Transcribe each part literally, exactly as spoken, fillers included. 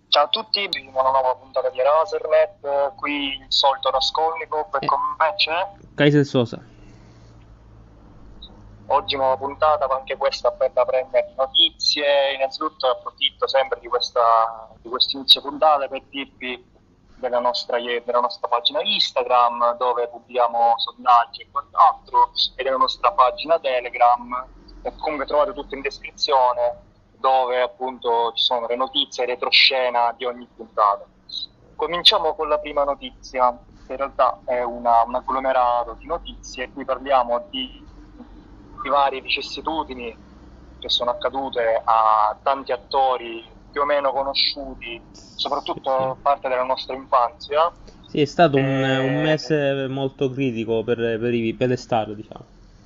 Ciao a tutti, benvenuti a una nuova puntata di Erasernet, qui il solito Raskolnikov e Eh, con me c'è. Kaiser Sosa. Oggi nuova puntata, ma anche questa bella premia di notizie. Innanzitutto approfitto sempre di questa, di questo inizio puntata per dirvi della nostra, della nostra pagina Instagram dove pubblichiamo sondaggi e quant'altro e della nostra pagina Telegram e comunque trovate tutto in descrizione dove appunto ci sono le notizie e retroscena di ogni puntata. Cominciamo con la prima notizia, che in realtà è una, un agglomerato di notizie. Qui parliamo di, di varie vicissitudini che sono accadute a tanti attori più o meno conosciuti, Sì, sì. soprattutto parte della nostra infanzia. Sì, è stato un, un E mese molto critico per, per, i- per le star, diciamo.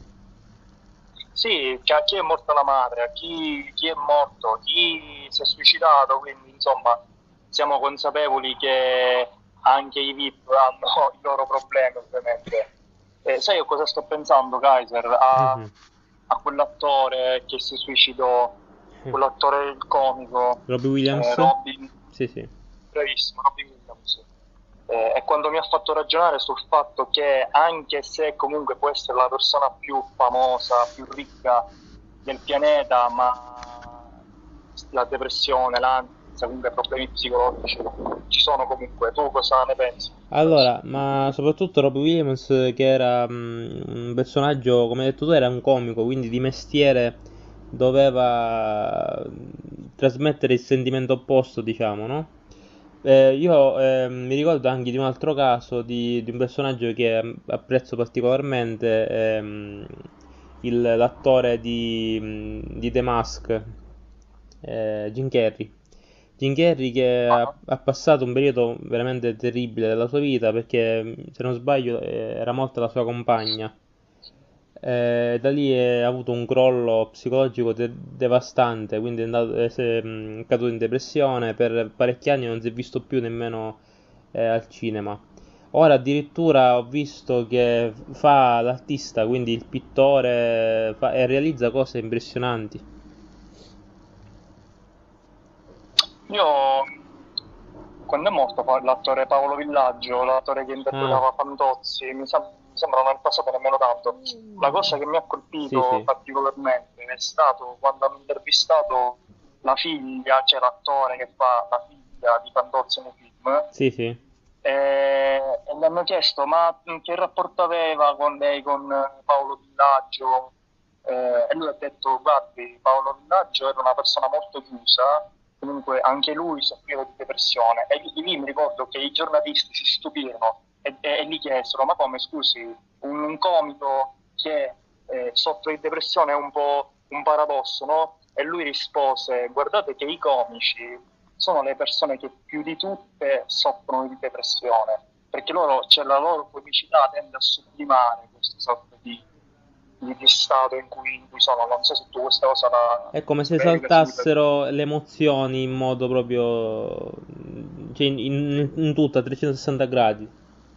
sì, che a chi è morta la madre, a chi, chi è morto, chi si è suicidato, quindi insomma siamo consapevoli che anche i V I P hanno i loro problemi ovviamente. Eh, sai io cosa sto pensando, Kaiser? A, Mhm. a quell'attore che si suicidò, quell'attore il comico, Robbie eh, Williams? Robin, Sì, sì. bravissimo, Robin Williams. Eh, è quando mi ha fatto ragionare sul fatto che anche se comunque può essere la persona più famosa, più ricca del pianeta, ma la depressione, l'ansia, comunque problemi psicologici ci sono comunque. Tu cosa ne pensi di questo? Allora, ma soprattutto Robbie Williams, che era mm, un personaggio, come hai detto tu, era un comico, quindi di mestiere doveva mm, trasmettere il sentimento opposto, diciamo, no? Eh, io eh, mi ricordo anche di un altro caso di, di un personaggio che mm, apprezzo particolarmente, ehm, il- l'attore di, mm, di The Mask, eh, Jim Carrey. Jim Carrey che ha, Ah, ha passato un periodo veramente terribile della sua vita perché, mm, se non sbaglio, eh, era morta la sua compagna. Eh, da lì è- ha avuto un crollo psicologico de- devastante, quindi è andato, è, se- mm, è caduto in depressione, per parecchi anni non si è visto più nemmeno eh, al cinema. Ora addirittura ho visto che fa l'artista, quindi il pittore, fa- e realizza cose impressionanti. io quando è morto fa- l'attore Paolo Villaggio, l'attore che Ah, interpretava Fantozzi, mi, sem- mi sembra non è passato nemmeno tanto. La cosa che mi ha sì, colpito sì, particolarmente è stato quando hanno intervistato la figlia, cioè l'attore che fa la figlia di Fantozzi nei film, sì, sì. e, e gli hanno chiesto ma che rapporto aveva con lei, con eh, Paolo Villaggio, eh, e lui ha detto guardi, Paolo Villaggio era una persona molto chiusa, comunque anche lui soffriva di depressione e lì, lì mi ricordo che i giornalisti si stupirono e, e, e gli chiesero ma come scusi, un, un comico che eh, soffre di depressione è un po' un paradosso, no? E lui rispose guardate che i comici sono le persone che più di tutte soffrono di depressione, perché loro, cioè, la loro comicità tende a sublimare questo sorta di, di, di stato in cui, in cui sono. Non so se tu questa cosa la È come se sapevi, l'hai seguita. saltassero le emozioni in modo proprio, cioè in, in, in tutto a trecentosessanta gradi.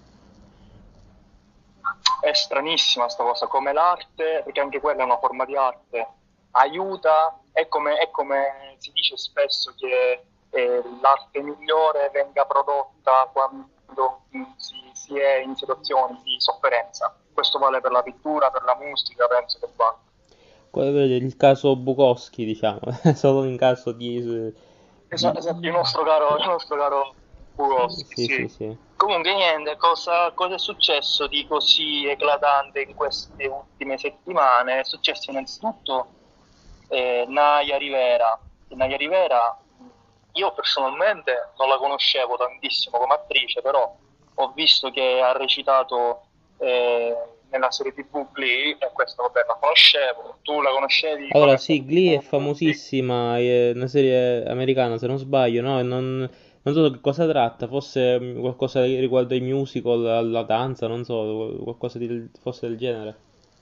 È stranissima sta cosa, come l'arte, perché anche quella è una forma di arte, aiuta, è come, è come si dice spesso che eh, l'arte migliore venga prodotta quando mm, si, si è in situazioni di sofferenza. Questo vale per la pittura, per la musica, penso che vale. Quello è il caso Bukowski, diciamo, solo in caso di, Esatto, di... esatto, il nostro caro, il nostro caro Bukowski, Sì, sì, sì. sì. Comunque niente, cosa, cosa è successo di così eclatante in queste ultime settimane? È successo innanzitutto eh, Naya Rivera. Naya Rivera, io personalmente non la conoscevo tantissimo come attrice, però ho visto che ha recitato eh, nella serie T V Glee e questo vabbè la conoscevo. Tu la conoscevi? Allora, Come sì, sta Glee è Glee? famosissima, è una serie americana, se non sbaglio, no? E Non, non so che cosa tratta, forse mm, qualcosa riguardo ai musical, alla danza, non so, qualcosa di, forse del genere.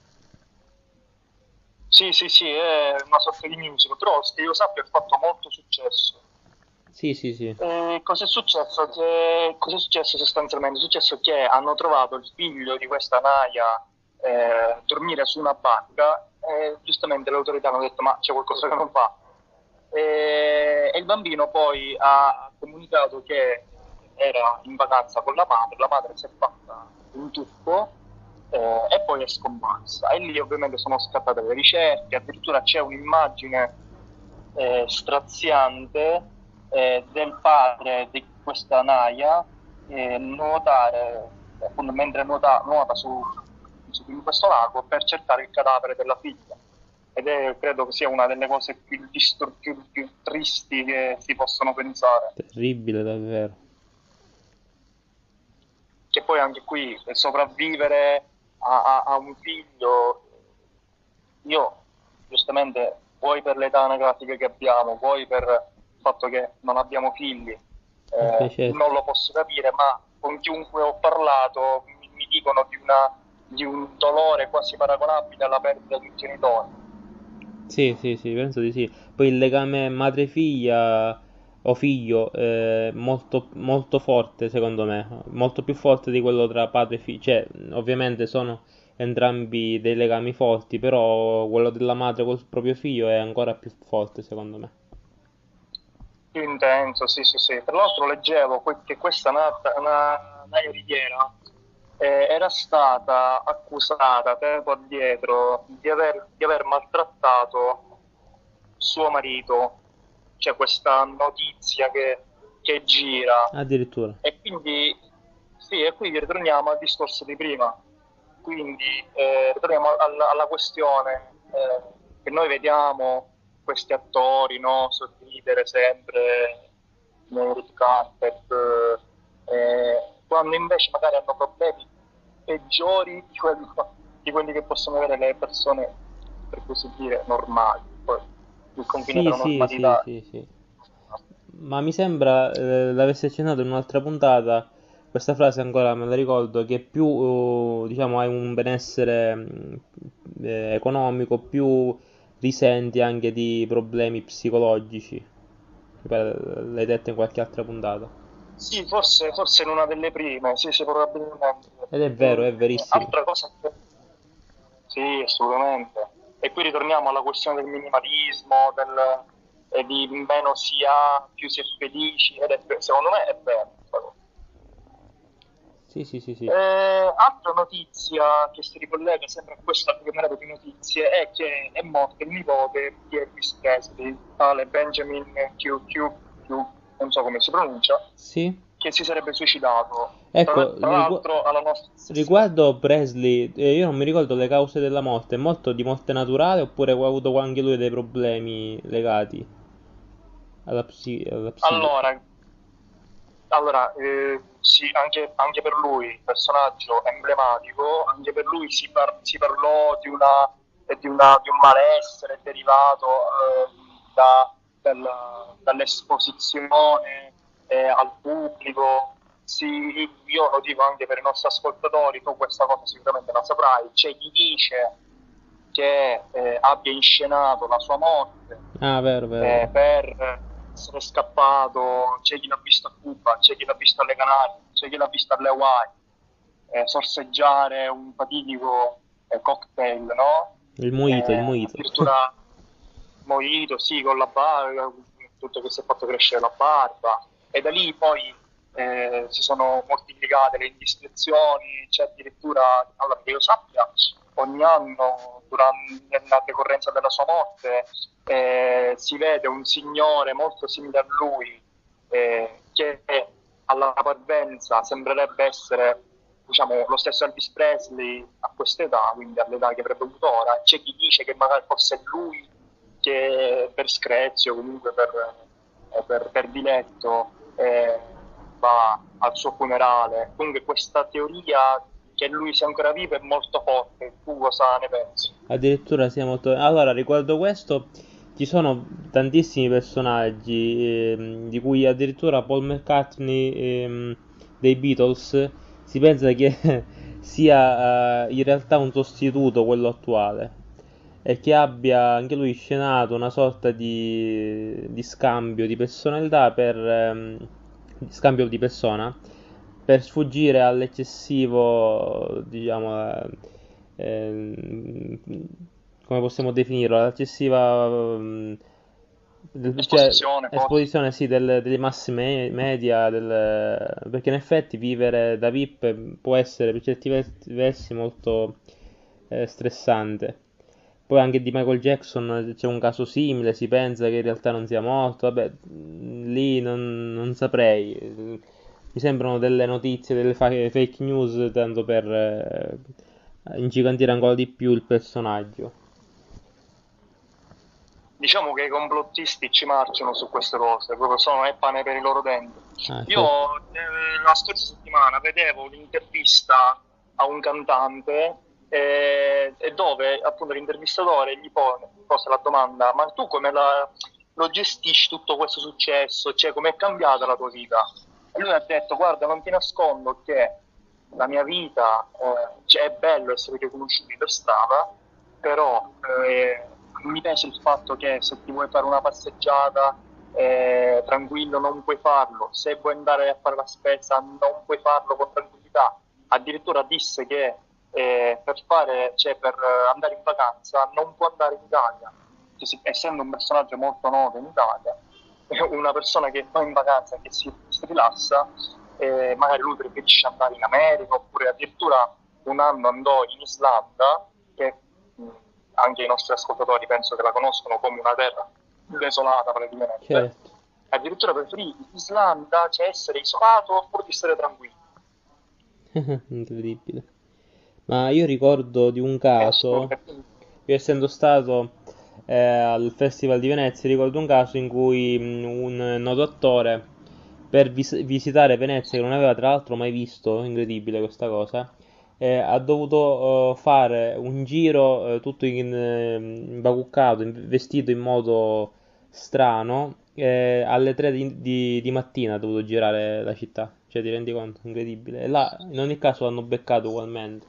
Sì, sì, sì, è una sorta di musical, però che io sappia ha fatto molto successo. Sì, sì, sì. E cosa è successo? Che, cosa è successo sostanzialmente? È successo che hanno trovato il figlio di questa Naya eh, dormire su una barca e giustamente le autorità hanno detto ma c'è qualcosa che non va. E, e il bambino poi ha comunicato che era in vacanza con la madre, la madre si è fatta un tuffo eh, e poi è scomparsa. E lì ovviamente sono scattate le ricerche, addirittura c'è un'immagine eh, straziante eh, del padre di questa Naya eh, nuotare, appunto, mentre nuota, nuota su, su in questo lago per cercare il cadavere della figlia. Ed è, credo che sia una delle cose più, distor- più, più tristi che si possono pensare. Terribile davvero. Che poi anche qui eh, sopravvivere a, a- a un figlio, io giustamente, vuoi per l'età anagrafica che abbiamo, vuoi per il fatto che non abbiamo figli, Vabbè, eh, certo. non lo posso capire, ma con chiunque ho parlato mi, mi dicono di, una, di un dolore quasi paragonabile alla perdita di un genitore. Sì, sì, sì, penso di sì. Poi il legame madre-figlia o figlio è molto, molto forte, secondo me, molto più forte di quello tra padre e figlio. Cioè, ovviamente sono entrambi dei legami forti, però quello della madre col proprio figlio è ancora più forte, secondo me. Più intenso, sì, sì, sì. Tra l'altro leggevo que- che questa Nat- una, Naya Riviera eh, era stata accusata tempo addietro di aver, di aver maltrattato suo marito, c'è questa notizia che, che gira. Addirittura. E quindi, sì, e quindi ritorniamo al discorso di prima. Quindi eh, ritorniamo alla, alla questione eh, che noi vediamo questi attori, no, sorridere sempre nei red carpet, eh, quando invece magari hanno problemi peggiori di quelli, di quelli che possono avere le persone, per così dire, normali. Poi il confine Sì, tra sì, sì, normalità. sì, sì. Ma mi sembra, eh, l'avessi accennato in un'altra puntata, questa frase ancora me la ricordo, che più, eh, diciamo, hai un benessere mh, eh, economico, più risenti anche di problemi psicologici. Mi pare l'hai detto in qualche altra puntata. Sì, forse, forse in una delle prime, sì, sì, probabilmente. Ed è vero, Mm, è verissimo. altra cosa che... Sì, assolutamente. E qui ritorniamo alla questione del minimalismo, del, e di meno si ha, più si è felici, ed è, secondo me è vero. Sì, sì, sì, sì. Eh, altra notizia che si ricollega sempre a questa camerata di notizie è che è morto il nipote di Elvis Presley, tale Benjamin Q, Q, Q, non so come si pronuncia, Sì? che si sarebbe suicidato, tra, Ecco, tra rigu- l'altro alla nostra stessa età. riguardo Presley, eh, io non mi ricordo le cause della morte, è morto di morte naturale oppure ha avuto anche lui dei problemi legati alla, psi- alla psiche? Allora, allora eh, sì, anche, anche per lui, personaggio emblematico, anche per lui si, par- si parlò di, una, eh, di, una- di un malessere derivato eh, da- dal- dall'esposizione eh, al pubblico. Sì, io lo dico anche per i nostri ascoltatori, tu questa cosa sicuramente la saprai, c'è chi dice che eh, abbia inscenato la sua morte Ah, vero, vero, eh, vero. per essere scappato, c'è chi l'ha visto a Cuba, c'è chi l'ha visto alle Canarie, c'è chi l'ha visto alle Hawaii, eh, sorseggiare un fatidico eh, cocktail, no? Il mojito, il Eh, mojito. addirittura mojito, sì, con la barba, tutto che si è fatto crescere la barba, e da lì poi eh, si sono moltiplicate le indiscrezioni, c'è addirittura, allora che io sappia, ogni anno durante la decorrenza della sua morte eh, si vede un signore molto simile a lui eh, che alla parvenza sembrerebbe essere diciamo, lo stesso Elvis Presley a quest'età, quindi all'età che avrebbe avuto ora. C'è chi dice che magari fosse lui che per screzio, comunque per, eh, per, per diletto, eh, va al suo funerale. Comunque questa teoria che lui sia ancora vivo è molto forte. Tu cosa ne pensi? Addirittura siamo... to- Allora, riguardo questo, ci sono tantissimi personaggi, ehm, di cui addirittura Paul McCartney, ehm, dei Beatles, si pensa che sia, eh, in realtà un sostituto, quello attuale, e che abbia anche lui scenato una sorta di, di scambio di personalità per... ehm, di scambio di persona per sfuggire all'eccessivo, diciamo, eh, ehm, come possiamo definirlo, all'eccessiva, ehm, del- cioè, esposizione, forse. esposizione sì, del- dei mass me- media, del- perché in effetti vivere da V I P può essere per certi vers- versi molto eh, stressante. Poi anche di Michael Jackson c'è un caso simile, si pensa che in realtà non sia morto, vabbè, mh, lì non, non saprei. Mi sembrano delle notizie, delle fa- fake news, tanto per eh, ingigantire ancora di più il personaggio. Diciamo che i complottisti ci marciano su queste cose, proprio sono è pane per i loro denti. Ah, Io certo. eh, la scorsa settimana vedevo un'intervista a un cantante eh, e dove appunto l'intervistatore gli pone, pose la domanda: ma tu come la- lo gestisci tutto questo successo? Cioè, com'è cambiata la tua vita? E lui ha detto: guarda, non ti nascondo che la mia vita, eh, cioè, è bello essere riconosciuti per strada, però eh, mi piace il fatto che se ti vuoi fare una passeggiata eh, tranquillo non puoi farlo, se vuoi andare a fare la spesa non puoi farlo con tranquillità. Addirittura disse che eh, per fare, cioè, per eh, andare in vacanza non può andare in Italia, che si- essendo un personaggio molto noto in Italia, una persona che va in vacanza e che si, si rilassa, eh, magari lui preferisce andare in America, oppure addirittura un anno andò in Islanda, che mh, anche i nostri ascoltatori penso che la conoscono come una terra desolata praticamente. Certo. Addirittura preferì l'Islanda, cioè essere isolato pur di stare tranquillo. Incredibile. Ma io ricordo di un È caso, assurdo. io essendo stato eh, al Festival di Venezia, ricordo un caso in cui mh, un noto attore, per vis- visitare Venezia, che non aveva tra l'altro mai visto, incredibile questa cosa, eh, ha dovuto eh, fare un giro eh, tutto in, eh, imbacuccato, in- vestito in modo strano, eh, alle tre di, di- di mattina ha dovuto girare la città, cioè ti rendi conto? Incredibile. E là, in ogni caso l'hanno beccato ugualmente.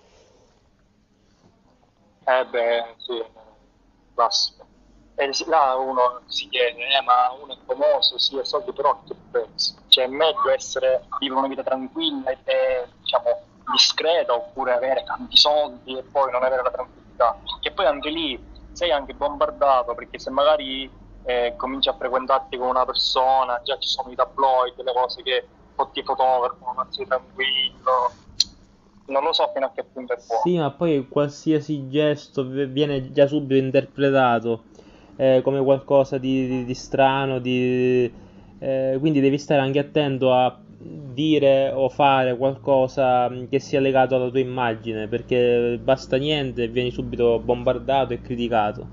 Eh beh, sì, classico. E si- là uno si chiede, eh, ma uno è famoso, sì, ha soldi, però a che prezzo? Cioè è meglio essere, vivere una vita tranquilla e, e, diciamo, discreta, oppure avere tanti soldi e poi non avere la tranquillità. Che poi anche lì sei anche bombardato, perché se magari eh, cominci a frequentarti con una persona, già ci sono i tabloid, le cose che o ti fotografano, ma sei tranquillo. Non lo so fino a che punto è buono. Sì, ma poi qualsiasi gesto v- viene già subito interpretato eh, come qualcosa di, di- di strano, di, eh, quindi devi stare anche attento a dire o fare qualcosa mh, che sia legato alla tua immagine, perché basta niente e vieni subito bombardato e criticato.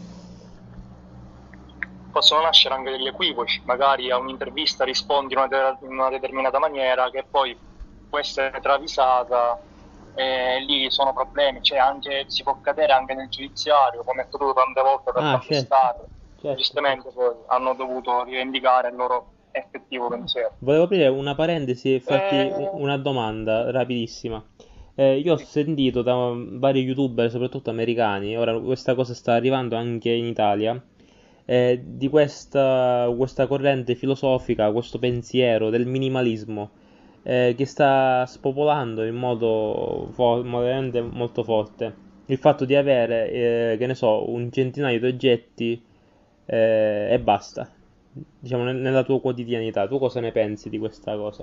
Possono nascere anche degli equivoci, magari a un'intervista rispondi in una, de- in una determinata maniera che poi può essere travisata e lì sono problemi, cioè anche, si può cadere anche nel giudiziario, come è accaduto tante volte per Ah, tante certo, star, certo, certo. giustamente poi hanno dovuto rivendicare il loro effettivo pensiero. Volevo aprire una parentesi e farti u- Eh, una domanda rapidissima. Eh, io ho sì, sentito da vari youtuber, soprattutto americani, ora questa cosa sta arrivando anche in Italia, eh, di questa, questa corrente filosofica, questo pensiero del minimalismo, eh, che sta spopolando in modo fo- veramente molto forte. Il fatto di avere, eh, che ne so, un centinaio di oggetti eh, e basta. Diciamo, nel- nella tua quotidianità, tu cosa ne pensi di questa cosa?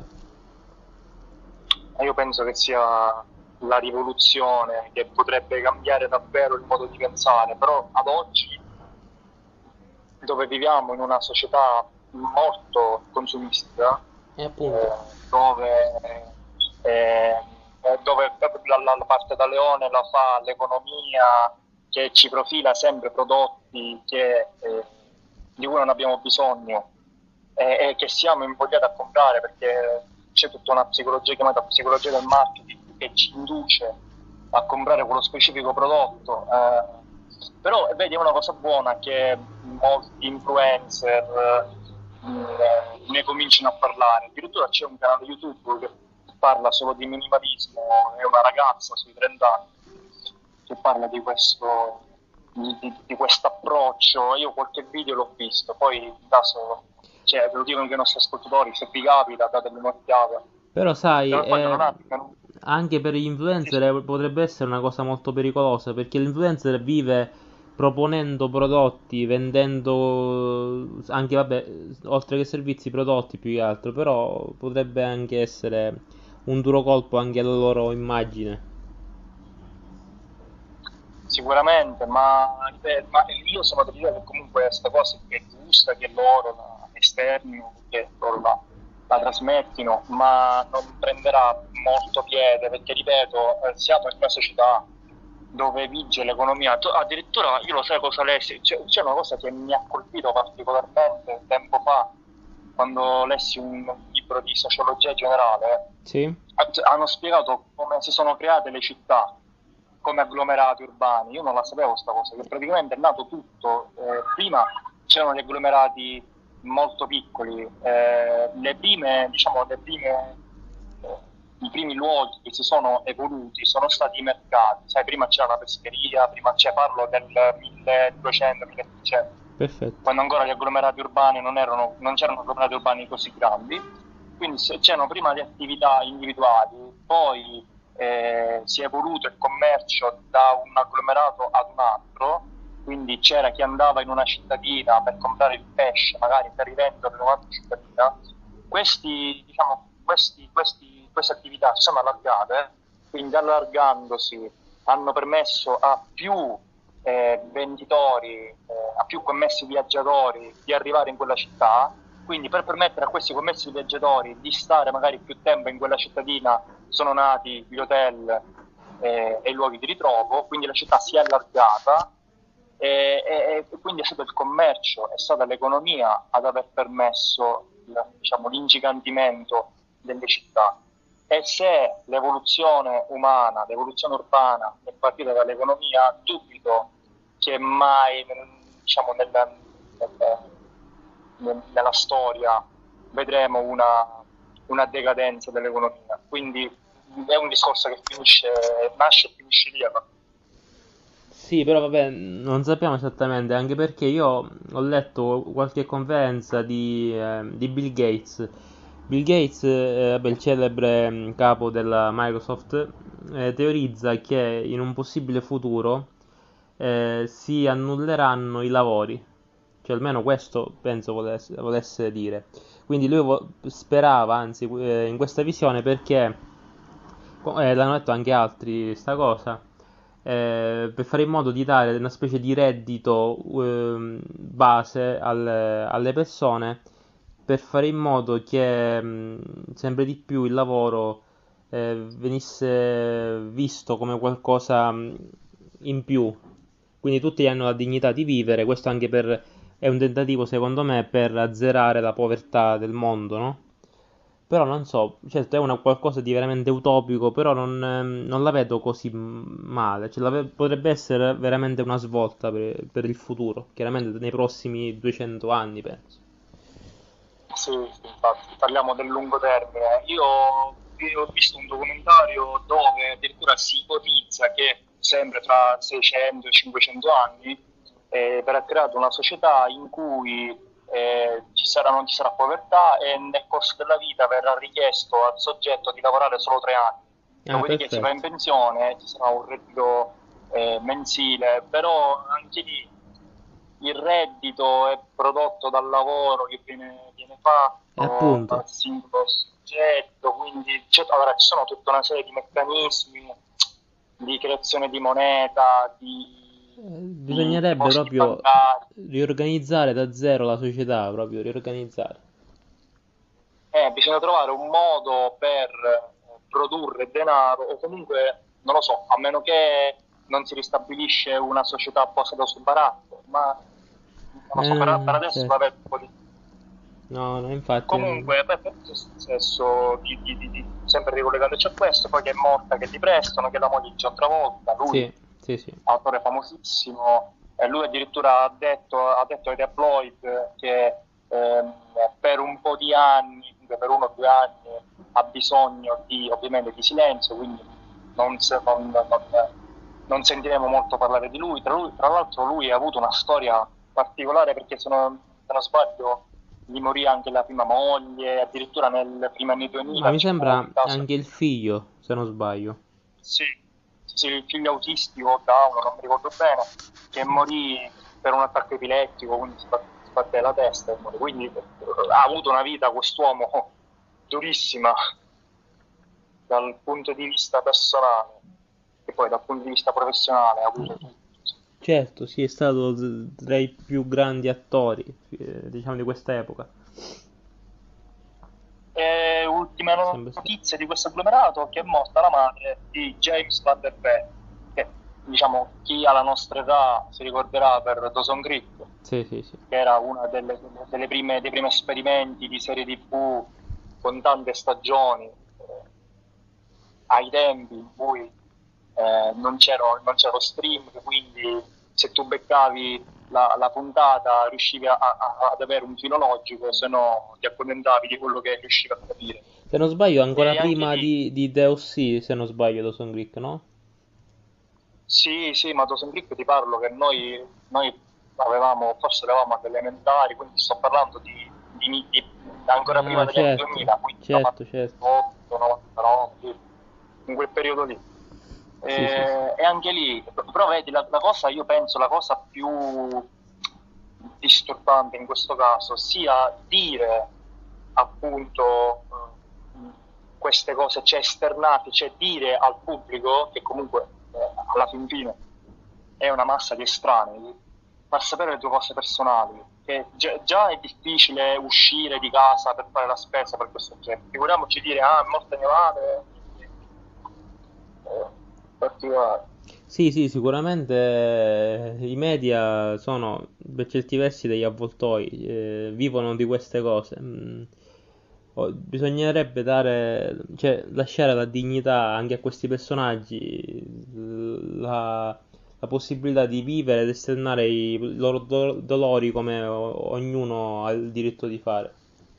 io penso che sia la rivoluzione che potrebbe cambiare davvero il modo di pensare, però ad oggi dove viviamo in una società molto consumistica, E appunto, eh, dove, eh, eh, dove la, la- la parte da leone la fa l'economia che ci profila sempre prodotti che, eh, di cui non abbiamo bisogno e, e che siamo invogliati a comprare perché c'è tutta una psicologia chiamata psicologia del marketing che ci induce a comprare quello specifico prodotto. Eh, però vedi, è una cosa buona che molti influencer eh, ne cominciano a parlare. Addirittura c'è un canale YouTube che parla solo di minimalismo, è una ragazza sui trenta anni che parla di questo di, di, di questo approccio. Io qualche video l'ho visto, poi in caso, cioè, ve lo dico anche ai nostri ascoltatori, se vi capita datevi un'occhiata. però Se sai, non sbaglio eh, non hanno... anche per gli Sì, sì. influencer eh, potrebbe essere una cosa molto pericolosa, perché l'influencer vive proponendo prodotti, vendendo anche, vabbè, oltre che servizi, prodotti più che altro, però potrebbe anche essere un duro colpo anche alla loro immagine. Sicuramente, ma, ripeto, ma io sono dell'idea che comunque questa cosa è giusta, che loro la esternino, che loro la, la trasmettino, ma non prenderà molto piede perché, ripeto, eh, siamo in una società dove vige l'economia. Tu- addirittura io lo sai cosa lessi, c'è, c'è una cosa che mi ha colpito particolarmente tempo fa, quando lessi un libro di sociologia generale, Sì? ha- hanno spiegato come si sono create le città come agglomerati urbani. Io non la sapevo sta cosa, che praticamente è nato tutto. Eh, prima c'erano gli agglomerati molto piccoli, eh, le prime, diciamo, le prime, eh, i primi luoghi che si sono evoluti sono stati i mercati. Sai, prima c'era la pescheria, prima c'è, parlo del milleduecento milletrecento, Perfetto. quando ancora gli agglomerati urbani non erano, non c'erano agglomerati urbani così grandi, quindi se- c'erano prima le attività individuali, poi eh, si è evoluto il commercio da un agglomerato ad un altro, quindi c'era chi andava in una cittadina per comprare il pesce, magari per rivenderlo in un'altra cittadina. Questi, diciamo, questi, questi, queste attività si sono allargate, quindi allargandosi hanno permesso a più eh, venditori, eh, a più commessi viaggiatori di arrivare in quella città. Quindi per permettere a questi commessi viaggiatori di stare magari più tempo in quella cittadina sono nati gli hotel eh, e i luoghi di ritrovo, quindi la città si è allargata e, e- e quindi è stato il commercio, è stata l'economia ad aver permesso il- diciamo, l'ingigantimento delle città. E se l'evoluzione umana, l'evoluzione urbana è partita dall'economia, dubito che mai nel- diciamo, nel- nel- nel- nella storia vedremo una, una decadenza dell'economia. Quindi è un discorso che finisce, nasce e finisce lì. Sì, però vabbè, non sappiamo esattamente, anche perché io ho letto qualche conferenza di, eh, di Bill Gates. Bill Gates, eh, vabbè, il celebre mm, capo della Microsoft, eh, teorizza che in un possibile futuro eh, si annulleranno i lavori, cioè almeno questo penso volesse, volesse dire. Quindi lui vo- sperava, anzi, eh, in questa visione perché, co- eh, l'hanno detto anche altri sta cosa, eh, per fare in modo di dare una specie di reddito ehm, base alle, alle persone, per fare in modo che mh, sempre di più il lavoro eh, venisse visto come qualcosa mh, in più. Quindi tutti hanno la dignità di vivere, questo anche per, è un tentativo secondo me per azzerare la povertà del mondo, no? Però non so, certo è una qualcosa di veramente utopico, però non, ehm, non la vedo così m- male, cioè, la ve- potrebbe essere veramente una svolta per, per il futuro, chiaramente nei prossimi duecento anni, penso. Sì, sì, infatti, parliamo del lungo termine. Io, io ho visto un documentario dove addirittura si ipotizza che sempre tra seicento e cinquecento anni eh, verrà creata una società in cui eh, ci sarà, non ci sarà povertà e nel corso della vita verrà richiesto al soggetto di lavorare solo tre anni. Ah, Dopodiché si va in perfetto. pensione, ci sarà un reddito eh, mensile, però anche lì il reddito è prodotto dal lavoro che viene, viene E fatto appunto, dal singolo soggetto, quindi c'è- allora, ci sono tutta una serie di meccanismi di creazione di moneta, eh, di, di bisognerebbe depositi proprio bancari. riorganizzare da zero la società, proprio riorganizzare. Eh, bisogna trovare un modo per eh, produrre denaro o comunque, non lo so, a meno che non si ristabilisce una società basata su baratto, ma non lo so, per, per Eh, adesso va certo. bene un po' di. No, no, infatti, mm, Comunque, beh, penso sia successo di, di, di, di- sempre ricollegandoci a questo, poi che è morta che gli prestano, che la moglie di John Travolta, lui, sì, sì, sì. autore famosissimo, e lui addirittura ha detto, ha detto ai tabloid che ehm, per un po' di anni, comunque per uno o due anni, ha bisogno di, ovviamente, di silenzio, quindi non, se- non- non- non sentiremo molto parlare di lui. Tra, lui. Tra l'altro lui ha avuto una storia particolare perché se non, se non sbaglio gli morì anche la prima moglie, addirittura nel primo anni Ma duemila mi ci fu sembra il caso. anche il figlio, se non sbaglio. Sì, sì, il figlio autistico, Down, non mi ricordo bene, che morì per un attacco epilettico, quindi si bat- si batté la testa e morì. Quindi eh, ha avuto una vita quest'uomo durissima dal punto di vista personale e poi dal punto di vista professionale ha avuto tutto. Certo, sì, è stato z- tra i più grandi attori, eh, diciamo, di questa epoca. E ultima Sempre stato. notizia di questo agglomerato, che è morta la madre di James Van Der Beek, che diciamo chi ha la nostra età si ricorderà per Dawson Creek, Sì, sì, sì. che era uno delle, delle prime, dei primi esperimenti di serie tivù con tante stagioni, eh, ai tempi in cui eh, non c'era, non c'era lo stream, quindi se tu beccavi la, la puntata riuscivi a, a- ad avere un filo logico, se no ti accontentavi di quello che riuscivi a capire. Se non sbaglio, ancora E anche prima lì, di, di Deus Ex, se non sbaglio, Dawson Creek, no? sì, sì, ma Dawson Creek ti parlo che noi, noi avevamo, forse eravamo alle elementari, quindi sto parlando di, di- di- ancora prima Ah, degli anni certo, duemila, quindi certo, certo. novantotto, novantanove, in quel periodo lì. Sì, sì, sì. E, e anche lì, però vedi, la, la cosa, io penso, la cosa più disturbante in questo caso sia dire appunto eh, queste cose, cioè esternate, cioè dire al pubblico che comunque eh, alla fin fine è una massa di estranei, far sapere le tue cose personali, che già, già è difficile uscire di casa per fare la spesa per questo genere, figuriamoci dire ah è morta mia madre, eh, particolare. Sì, sì, sicuramente eh, i media sono per certi versi degli avvoltoi, eh, vivono di queste cose. Mm, o- bisognerebbe dare, cioè, lasciare la dignità anche a questi personaggi, l- la, la possibilità di vivere ed esternare i loro do- dolori come o- ognuno ha il diritto di fare.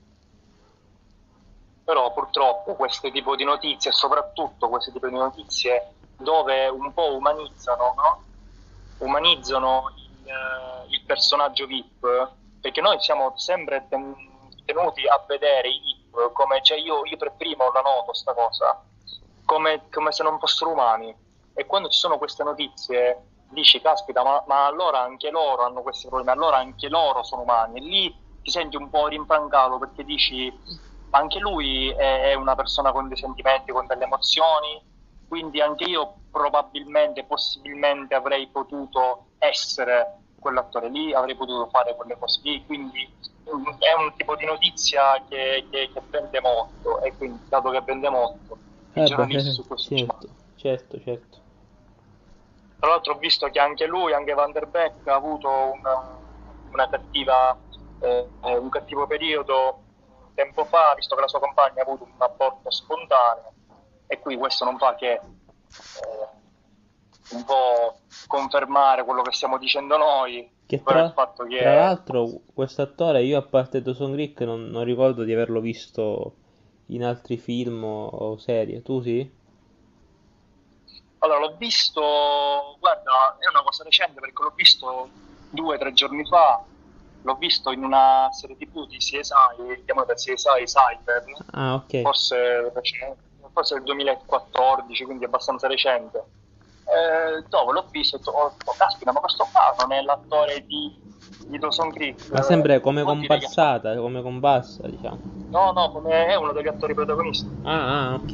Però purtroppo questo tipo di notizie, e soprattutto questo tipo di notizie dove un po' umanizzano, no? Umanizzano il, eh, il personaggio V I P, perché noi siamo sempre ten- tenuti a vedere i V I P come, cioè io, io per primo la noto sta cosa, come, come se non fossero umani. E quando ci sono queste notizie dici, caspita, ma, ma allora anche loro hanno questi problemi, allora anche loro sono umani. E lì ti senti un po' rimpancato perché dici, anche lui è, è una persona con dei sentimenti, con delle emozioni, quindi anche io probabilmente, possibilmente avrei potuto essere quell'attore lì, avrei potuto fare quelle cose lì, quindi mm, è un tipo di notizia che, che, che prende molto e quindi dato che prende molto i Eh beh, giornalisti eh, su questo ci certo, vanno. certo, certo. Tra l'altro ho visto che anche lui, anche Van der Beek, ha avuto una, una cattiva, eh, un cattivo periodo tempo fa, visto che la sua compagna ha avuto un aborto spontaneo e qui questo non fa che eh, un po' confermare quello che stiamo dicendo noi, Che però il tra, fatto tra che l'altro questo attore io a parte Dawson Creek non, non ricordo di averlo visto in altri film o, o serie. Tu sì? allora l'ho visto, guarda, è una cosa recente perché l'ho visto due o tre giorni fa, l'ho visto in una serie tivù di C S I, chiamata C S I Cyber, Ah, ok. forse, recente, forse del duemilaquattordici, quindi abbastanza recente. Eh, dove l'ho visto e ho detto, oh, oh, caspita, ma questo qua non è l'attore di, di Dawson Creek, Ma sempre eh, come vuol dire che ha fatto... comparsata, come comparsa, diciamo. No, no, come è uno degli attori protagonisti. Ah, ah, ok.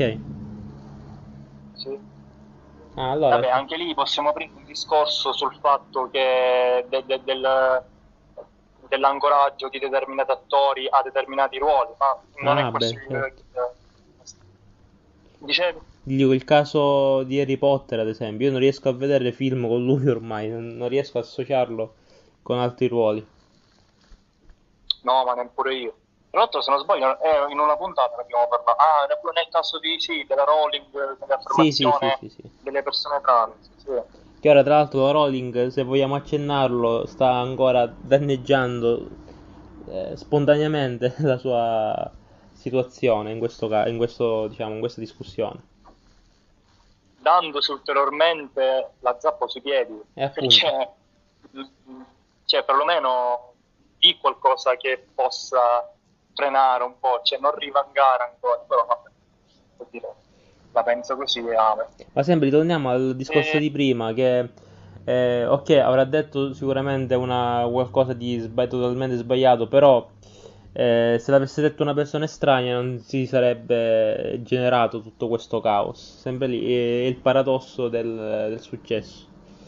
Sì. Ah, allora Vabbè, sì. anche lì possiamo aprire un discorso sul fatto che de- de- del, dell'ancoraggio di determinati attori a determinati ruoli, ma non è Ah, questo beh, il... certo. Dicevi? Dico il caso di Harry Potter, ad esempio. Io non riesco a vedere film con lui ormai, non, non riesco a associarlo con altri ruoli. No, ma neppure io. Tra l'altro, se non sbaglio, è in una puntata ne abbiamo parlato. Ah, nel nel caso di, sì, della Rowling, Sì, sì, sì, dell'affermazione sì, sì. delle persone trans. Sì. Che ora tra l'altro la Rowling, se vogliamo accennarlo, sta ancora danneggiando eh, spontaneamente la sua situazione in questo, ca- in questo, diciamo, in questa discussione. Dandosi ulteriormente la zappa sui piedi, E appunto, perché mm, cioè, perlomeno di qualcosa che possa frenare un po', cioè non rivangare ancora, però vabbè, per dire. la pensa così e Ame. Ma sempre ritorniamo al discorso E, di prima, che eh, ok, avrà detto sicuramente una, qualcosa di sbag- totalmente sbagliato, però eh, se l'avesse detto una persona estranea non si sarebbe generato tutto questo caos. Sempre lì è il paradosso del, del successo.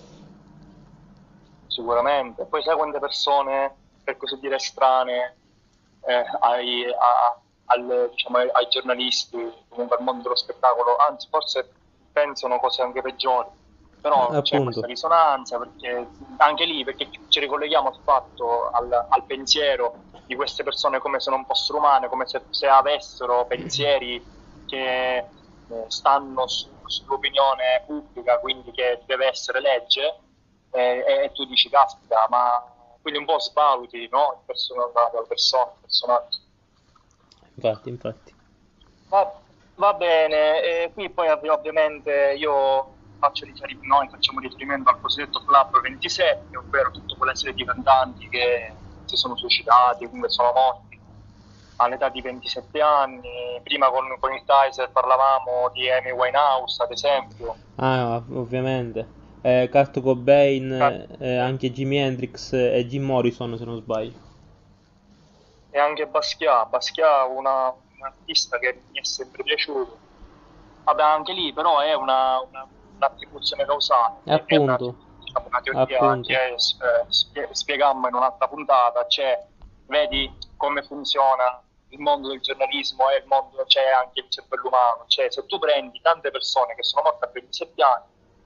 sicuramente. Poi sai quante persone, per così dire, estranee eh, ai, a- al- diciamo, ai ai giornalisti, comunque al mondo dello spettacolo, anzi forse pensano cose anche peggiori, però c'è questa Appunto. risonanza perché anche lì, perché ci ricolleghiamo al fatto, al, al pensiero di queste persone come se non fossero umane, come se, se avessero pensieri che eh, stanno su- sull'opinione pubblica, quindi che deve essere legge, e, e tu dici, caspita, ma quindi un po' svaluti, no? Il persona, la, la persona, il personaggio. Infatti, infatti. Va, va bene, e qui poi ovvi- ovviamente io faccio riferimento, noi facciamo riferimento al cosiddetto Club ventisette, ovvero tutta quella serie di cantanti che si sono suicidati, comunque sono morti all'età di ventisette anni. Prima con, con il Kaiser parlavamo di Amy Winehouse, ad esempio, Ah, ovviamente. Eh, Kurt Cobain, eh, anche Jimi Hendrix e Jim Morrison, se non sbaglio. e anche Basquiat. Basquiat, una, un artista che mi è sempre piaciuto. Vabbè, anche lì però è una, una- un'attribuzione causale, E che è una, appunto, diciamo, una teoria appunto. che eh, spie- spiegammo in un'altra puntata, cioè vedi come funziona il mondo del giornalismo e il mondo, c'è anche il cervello umano, cioè se tu prendi tante persone che sono morte a ventisette anni,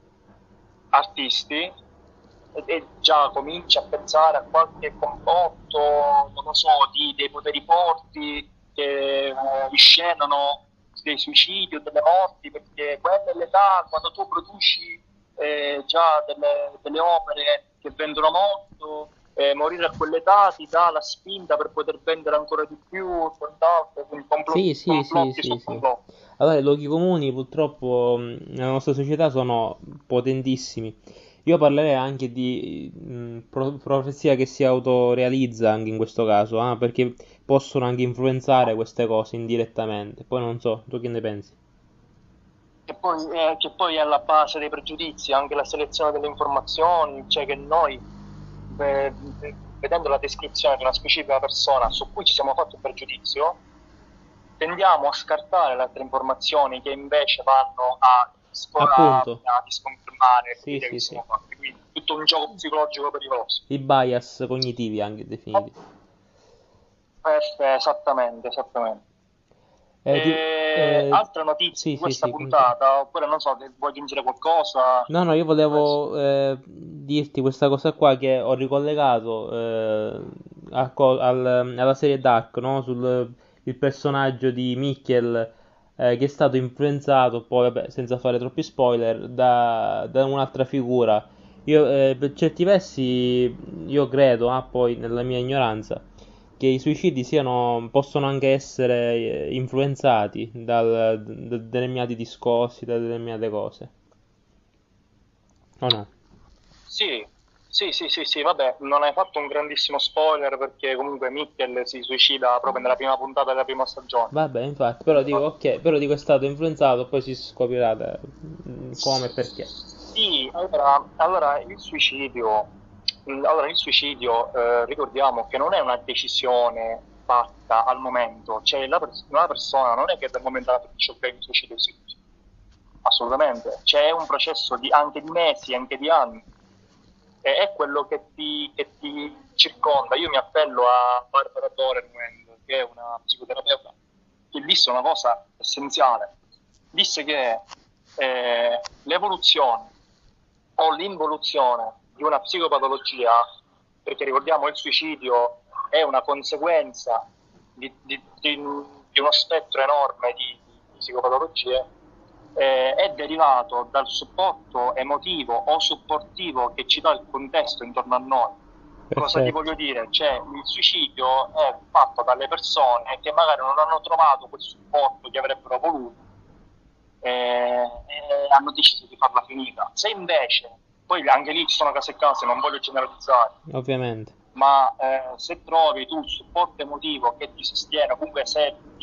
artisti, e, e già cominci a pensare a qualche complotto, non lo so, di, dei poteri forti che eh, inscenano dei suicidi o delle morti, perché quella è l'età quando tu produci eh, già delle, delle opere che vendono molto, eh, morire a quell'età ti dà la spinta per poter vendere ancora di più, e quant'altro, quindi Sì, complotti, sì, sì, complotti sì, su sì. complotti. Allora, i luoghi comuni purtroppo mh, nella nostra società sono potentissimi. Io parlerei anche di mh, pro- profezia che si autorealizza anche in questo caso, ah, perché possono anche influenzare queste cose indirettamente. Poi non so, tu che ne pensi? Che poi, è, che poi è alla base dei pregiudizi, anche la selezione delle informazioni, cioè che noi, beh, vedendo la descrizione di una specifica persona su cui ci siamo fatti un pregiudizio, tendiamo a scartare le altre informazioni che invece vanno a, a, Appunto, a disconfermare sì, l'idea che sì, ci sì. siamo fatti. Quindi tutto un gioco psicologico pericoloso. I bias cognitivi anche definiti. Eh, esattamente, esattamente. Eh, ti- E eh, altre notizie sì, di sì, questa sì, continua. puntata, oppure non so, che vuoi aggiungere qualcosa? No, no, io volevo eh, dirti questa cosa qua che ho ricollegato eh, a co- al- alla serie Dark, no? Sul il personaggio di Mikkel eh, che è stato influenzato, poi vabbè, senza fare troppi spoiler, da, da un'altra figura. Io eh, per certi versi io credo, ah, poi nella mia ignoranza, che i suicidi siano, possono anche essere eh, influenzati dal, da determinati discorsi, da determinate cose. O no? Sì, sì, sì, sì, sì, vabbè, non hai fatto un grandissimo spoiler perché comunque Mikkel si suicida proprio nella prima puntata della prima stagione. Vabbè, infatti, però dico, ok, però dico è stato influenzato, poi si scoprirà da- mm, come e perché. Sì, allora, allora il suicidio, mh, allora, il suicidio eh, ricordiamo che non è una decisione fatta al momento, cioè la, pers- la persona non è che dal momento alla dice ok, il suicidio si suicida. Assolutamente, c'è un processo di, anche di mesi, anche di anni, e è quello che ti, che ti circonda. Io mi appello a Barbara Dorenwend, che è una psicoterapeuta, che disse una cosa essenziale. Disse che eh, l'evoluzione o l'involuzione di una psicopatologia, perché ricordiamo il suicidio è una conseguenza di, di, di, di uno spettro enorme di, di psicopatologie, eh, è derivato dal supporto emotivo o supportivo che ci dà il contesto intorno a noi. Cosa ti Perfetto. voglio dire? Cioè, il suicidio è fatto dalle persone che magari non hanno trovato quel supporto che avrebbero voluto e, e hanno deciso di farla finita. Se invece, poi anche lì ci sono case e case, non voglio generalizzare, Ovviamente. ma eh, se trovi tu il supporto emotivo che ti sostiene, comunque se ti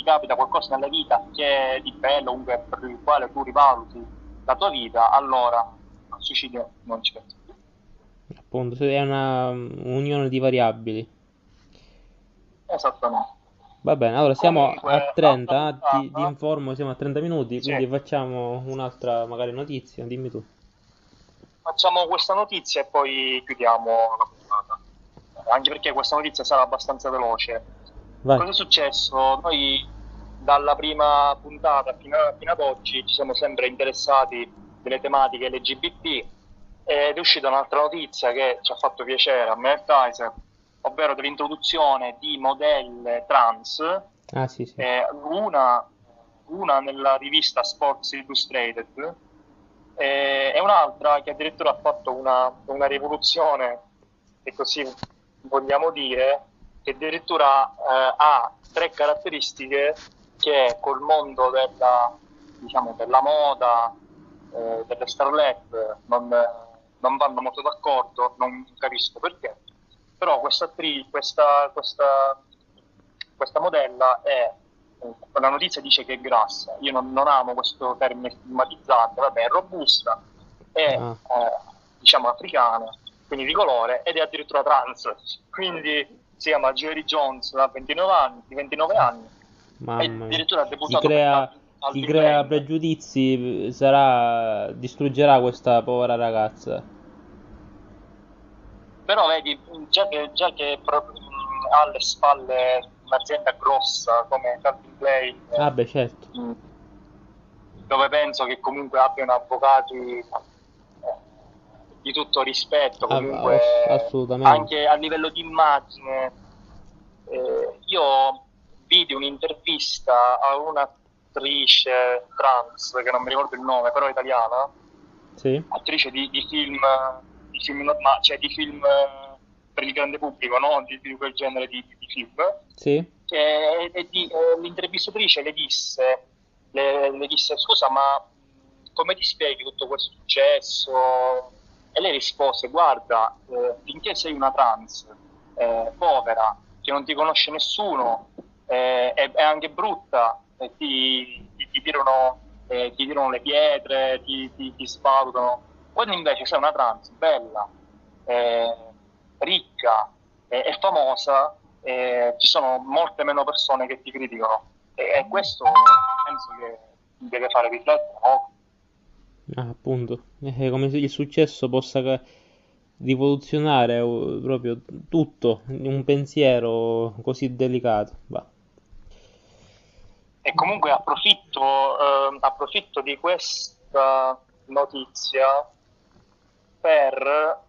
capita qualcosa nella vita che è di bello, comunque per il quale tu rivaluti la tua vita, allora al suicidio non ci penso più. Appunto, se è una unione di variabili. Esattamente. Va bene, allora siamo a Comunque, altra trenta, ti, ti puntata, informo, siamo a trenta minuti, sì, quindi facciamo un'altra magari notizia, dimmi tu. facciamo questa notizia e poi chiudiamo la puntata. Anche perché questa notizia sarà abbastanza veloce. Vai. Cosa è successo? Noi dalla prima puntata fino, a- fino ad oggi ci siamo sempre interessati delle tematiche L G B T ed è uscita un'altra notizia che ci ha fatto piacere a me e Kaiser, ovvero dell'introduzione di modelle trans, Ah, sì, sì. eh, una, una nella rivista Sports Illustrated eh, e un'altra che addirittura ha fatto una, una rivoluzione, se così vogliamo dire, che addirittura eh, ha tre caratteristiche che col mondo della, diciamo, della moda, eh, delle starlet non, non vanno molto d'accordo, non capisco perché, però questa, attri- questa, questa, questa modella è, eh, la notizia dice che è grassa, io non, non amo questo termine stigmatizzante, vabbè, è robusta, è Ah, eh, diciamo africana, quindi di colore, ed è addirittura trans, quindi si chiama Jerry Jones, ha ventinove anni, di ventinove anni, e mamma mia. addirittura ha Chi debuttato per crea, Calvin, chi Calvin crea Klein. pregiudizi sarà, distruggerà questa povera ragazza. Però vedi, già che, già che pro- mh, ha alle spalle un'azienda grossa come Calvin Klein, Ah, beh, certo. mh, dove penso che comunque abbiano avvocati eh, di tutto rispetto, Ah, comunque ass- assolutamente. anche a livello di immagine. Eh, io vidi un'intervista a un'attrice trans, che non mi ricordo il nome, però italiana, Sì, attrice di, di film, di film normali, cioè di film eh, per il grande pubblico, no? Di, di quel genere di, di film. sì. E, e di- eh, l'intervistatrice le disse, le, le disse, scusa, ma mh, come ti spieghi tutto questo successo? E lei rispose, guarda, eh, finché sei una trans, eh, povera, che non ti conosce nessuno, eh, è, è anche brutta, e ti, ti, ti tirano, eh, ti tirano le pietre, ti, ti, ti svalutano. Quando invece sei una trans bella, eh, ricca e, e famosa, eh, ci sono molte meno persone che ti criticano. E, e questo penso che deve fare riflettere, no? Ah, appunto. È come se il successo possa ca- rivoluzionare uh, proprio tutto in un pensiero così delicato. Va. E comunque approfitto, eh, approfitto di questa notizia per,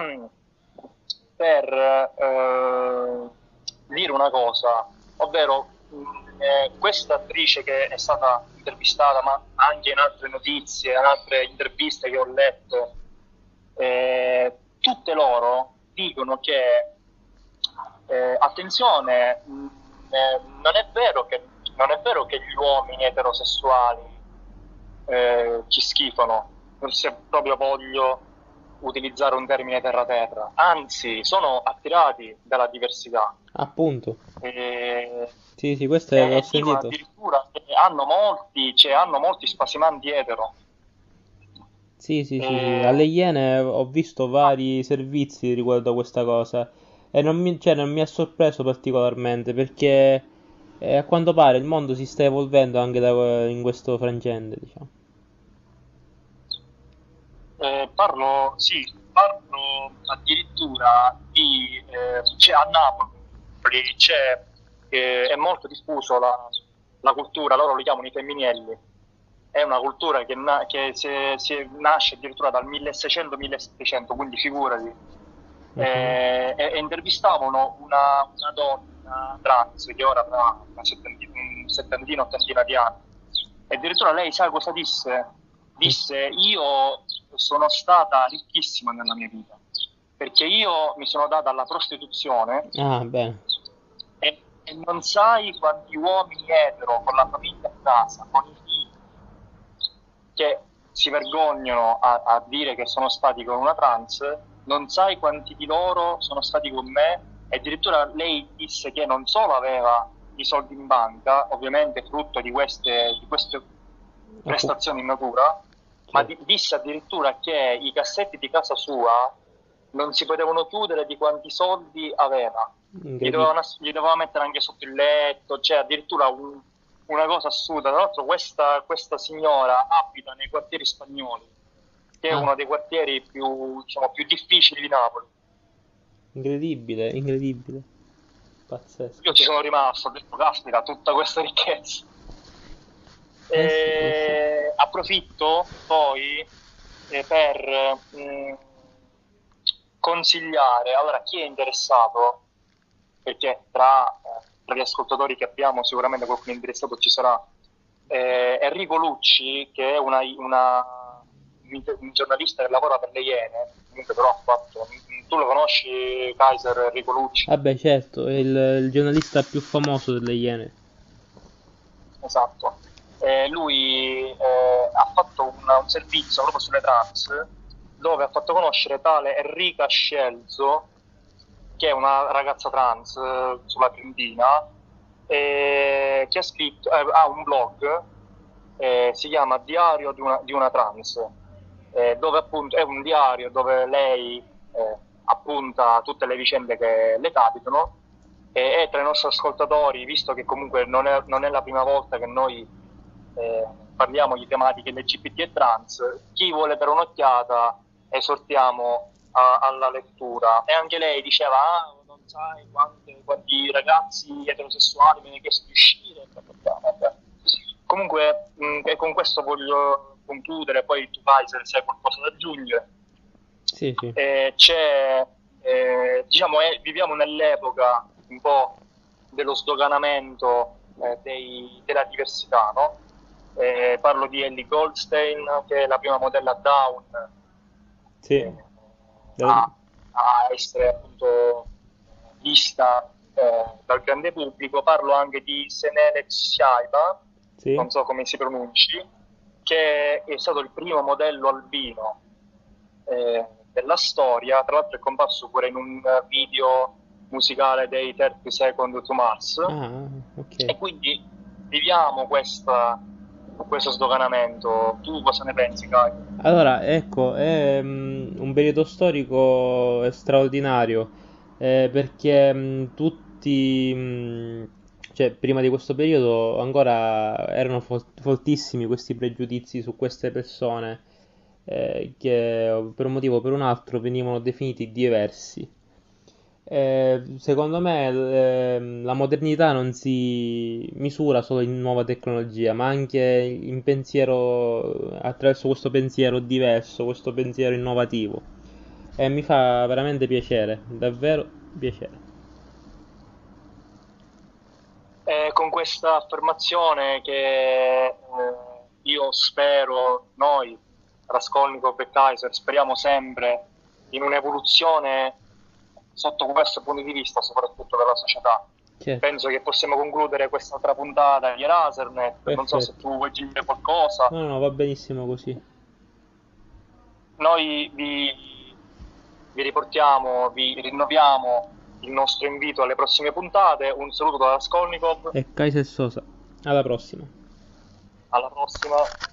per eh, dire una cosa, ovvero mh, eh, questa attrice che è stata intervistata, ma anche in altre notizie, in altre interviste che ho letto, eh, tutte loro dicono che eh, attenzione, mh, eh, non è vero che, non è vero che gli uomini eterosessuali eh, ci schifano, se proprio voglio utilizzare un termine terra-terra, anzi sono attirati dalla diversità Appunto. e, Sì, sì, questo e- l'ho e dicono sentito. addirittura che hanno molti, cioè, hanno molti spasimanti etero. Sì, sì, sì, sì. Alle E, Iene ho visto vari servizi riguardo a questa cosa e non mi, cioè, non mi ha sorpreso particolarmente perché eh, a quanto pare il mondo si sta evolvendo anche da, in questo frangente, diciamo. Eh, parlo, sì, parlo addirittura di, eh, c'è a Napoli, c'è, eh, è molto diffuso la, la cultura, loro li chiamano i femminelli, è una cultura che, na- che se- si nasce addirittura dal milleseicento-millesettecento, quindi figurati. Mhm. Eh, e, e intervistavano una, una donna trans che ora avrà una settantina, un settantina, ottantina di anni, e addirittura lei, sai cosa disse? Disse, io sono stata ricchissima nella mia vita, perché io mi sono data alla prostituzione Ah, bene. e, e non sai quanti uomini etero con la famiglia a casa, con i figli, che si vergognano a, a dire che sono stati con una trans, non sai quanti di loro sono stati con me, e addirittura lei disse che non solo aveva i soldi in banca, ovviamente frutto di queste, di queste prestazioni in natura, ma di, disse addirittura che i cassetti di casa sua non si potevano chiudere di quanti soldi aveva. Gli doveva, gli doveva mettere anche sotto il letto, cioè addirittura un, una cosa assurda. Tra l'altro questa, questa signora abita nei quartieri spagnoli, che è ah. uno dei quartieri più, diciamo, più difficili di Napoli. Incredibile, incredibile. Pazzesco. Io ci sono rimasto, ho detto, caspita, tutta questa ricchezza. Eh, e... sì, sì. Approfitto poi eh, per mh, consigliare, allora, chi è interessato, perché tra, eh, tra gli ascoltatori che abbiamo sicuramente qualcuno interessato ci sarà, eh, Enrico Lucci, che è una, una, un giornalista che lavora per le Iene, comunque però ha fatto, tu lo conosci Kaiser, Enrico Lucci? Vabbè, certo, è il, il giornalista più famoso delle Iene. Esatto. Eh, lui eh, ha fatto un, un servizio proprio sulle trans, dove ha fatto conoscere tale Enrica Scelzo, che è una ragazza trans eh, sulla Trentina, eh, che ha scritto, eh, ha un blog, eh, si chiama Diario di una, di una trans, eh, dove appunto è un diario dove lei eh, appunta tutte le vicende che le capitano, e, e tra i nostri ascoltatori, visto che comunque non è, non è la prima volta che noi eh, parliamo di tematiche L G B T e trans, chi vuole dare un'occhiata esortiamo a, alla lettura. E anche lei diceva, ah, non sai quanti, quanti ragazzi eterosessuali mi hanno chiesto di uscire, vabbè. Comunque mh, e con questo voglio concludere, poi tu Kaiser se hai qualcosa da aggiungere. Sì, sì. Eh, c'è eh, diciamo è, viviamo nell'epoca un po' dello sdoganamento eh, dei, della diversità, no? Eh, parlo di Ellie Goldstein, che è la prima modella down sì. eh, a, a essere appunto vista eh, dal grande pubblico. Parlo anche di Senele Tsiaiba, sì. non so come si pronunci, che è stato il primo modello albino eh, della storia. Tra l'altro è comparso pure in un video musicale dei thirty Seconds to Mars. Ah, okay. E quindi viviamo questa, questo sdoganamento. Tu cosa ne pensi, Kai? Allora, ecco, è um, un periodo storico straordinario, eh, perché um, tutti, um, cioè prima di questo periodo ancora erano fo- fortissimi questi pregiudizi su queste persone, eh, che per un motivo o per un altro venivano definiti diversi. Eh, secondo me eh, la modernità non si misura solo in nuova tecnologia, ma anche in pensiero, attraverso questo pensiero diverso, questo pensiero innovativo. E mi fa veramente piacere, davvero piacere. Eh, con questa affermazione che eh, io spero, noi, Raskolnikov e Kaiser, speriamo sempre in un'evoluzione sotto questo punto di vista, soprattutto della società. Certo. Penso che possiamo concludere questa altra puntata di Erasernet. Perfetto. Non so se tu vuoi aggiungere qualcosa. No, no, va benissimo così. Noi vi, vi riportiamo, vi rinnoviamo il nostro invito alle prossime puntate. Un saluto da Raskolnikov e Kaiser Sosa. Alla prossima. Alla prossima.